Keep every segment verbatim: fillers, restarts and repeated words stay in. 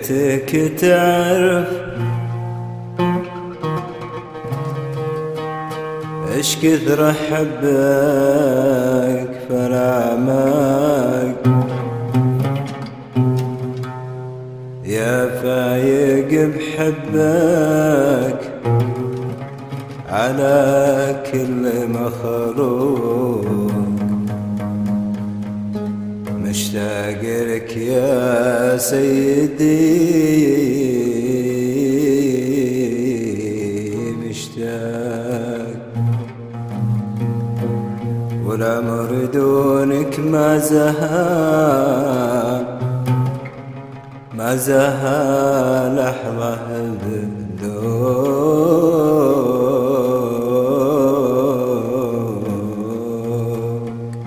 ليتك تعرف اش كثر احبك فلا معك يا فايق بحبك على كل مخلوق مشتاق لك يا سيدي مشتاق والعمر دونك ما زهى ما زهى لحظة بذوق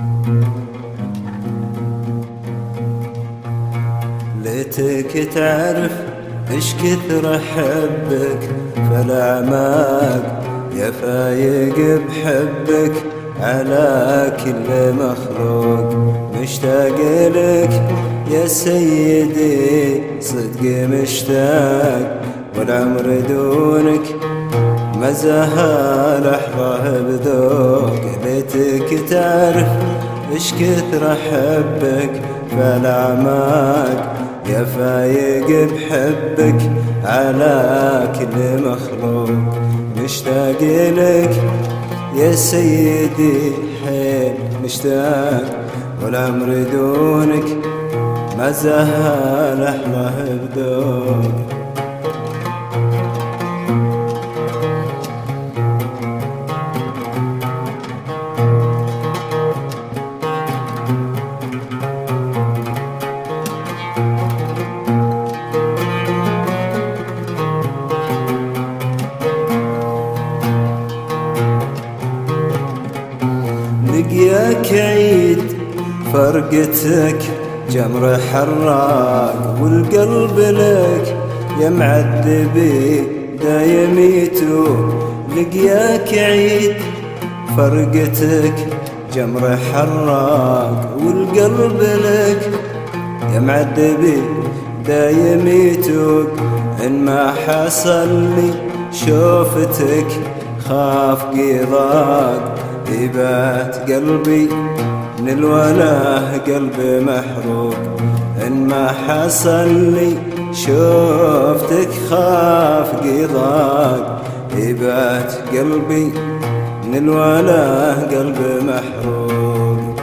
ليتك تعرف اش كثر احبك فلا عماك يا فايق بحبك على كل مخلوق مشتاق لك يا سيدي صدق مشتاق والعمر دونك ما زهى لحظة بذوق ليتك تعرف اش كثر احبك فلا عماك يا فايق بحبك على كل مخلوق مشتاق لك يا سيدي حيل مشتاق والعمر دونك ما زهى لحظة بذوق لقياك عيد فرقتك جمر حراق والقلب لك يا معذبي دايم يتوب لقياك عيد فرقتك جمر حراق والقلب لك يا معذبي دايم يتوب إن ما حصل لي شوفتك خاف قضاك يبات قلبي من الوله قلبي محروق إن ما حصل لي شوفتك خاف قضاك يبات قلبي من الوله قلبي محروق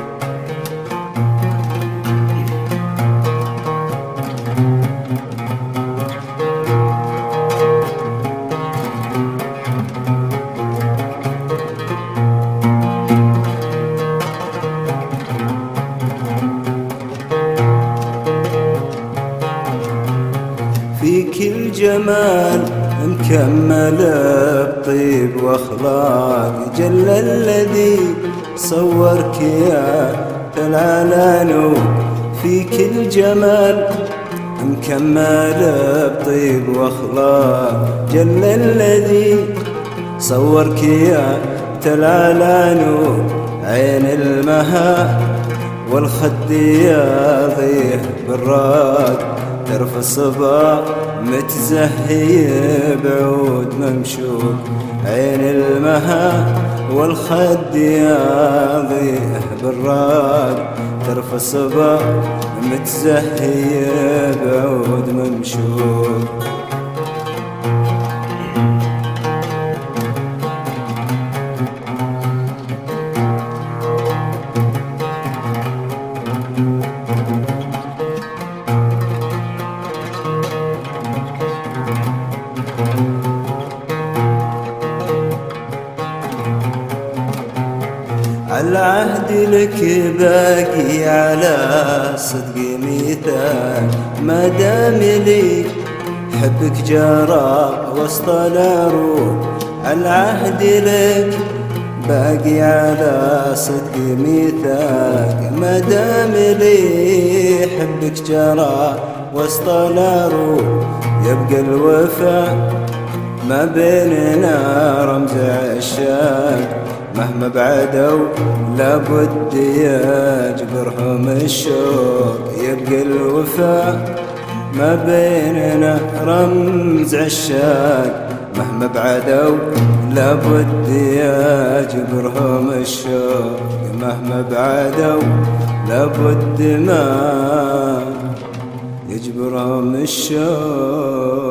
فيك الجمال مكمل بطيب واخلاق جل الذي صورك يا العلانو فيك الجمال مكمل بطيب واخلاق جل الذي صورك يا العلانو عين المها والخد يا ضيه بالراق ترف الصبا متزهي بعود ممشوق عين المها والخد ياضيه بالراق ترف الصبا متزهي بعود ممشوق العهد لك باقي على صدق ميثاق ما دام لي حبك جرى وسط العروق العهد لك باقي على صدق ميثاق ما دام لي حبك جرى وسط العروق يبقى الوفاء ما بيننا رمز عشاق مهما بعدوا لابد يجبرهم الشوق يبقى الوفاء ما بيننا رمز عشاق، مهما بعدوا لابد يجبرهم الشوق، مهما بعدوا لابد ما يجبرهم الشوق.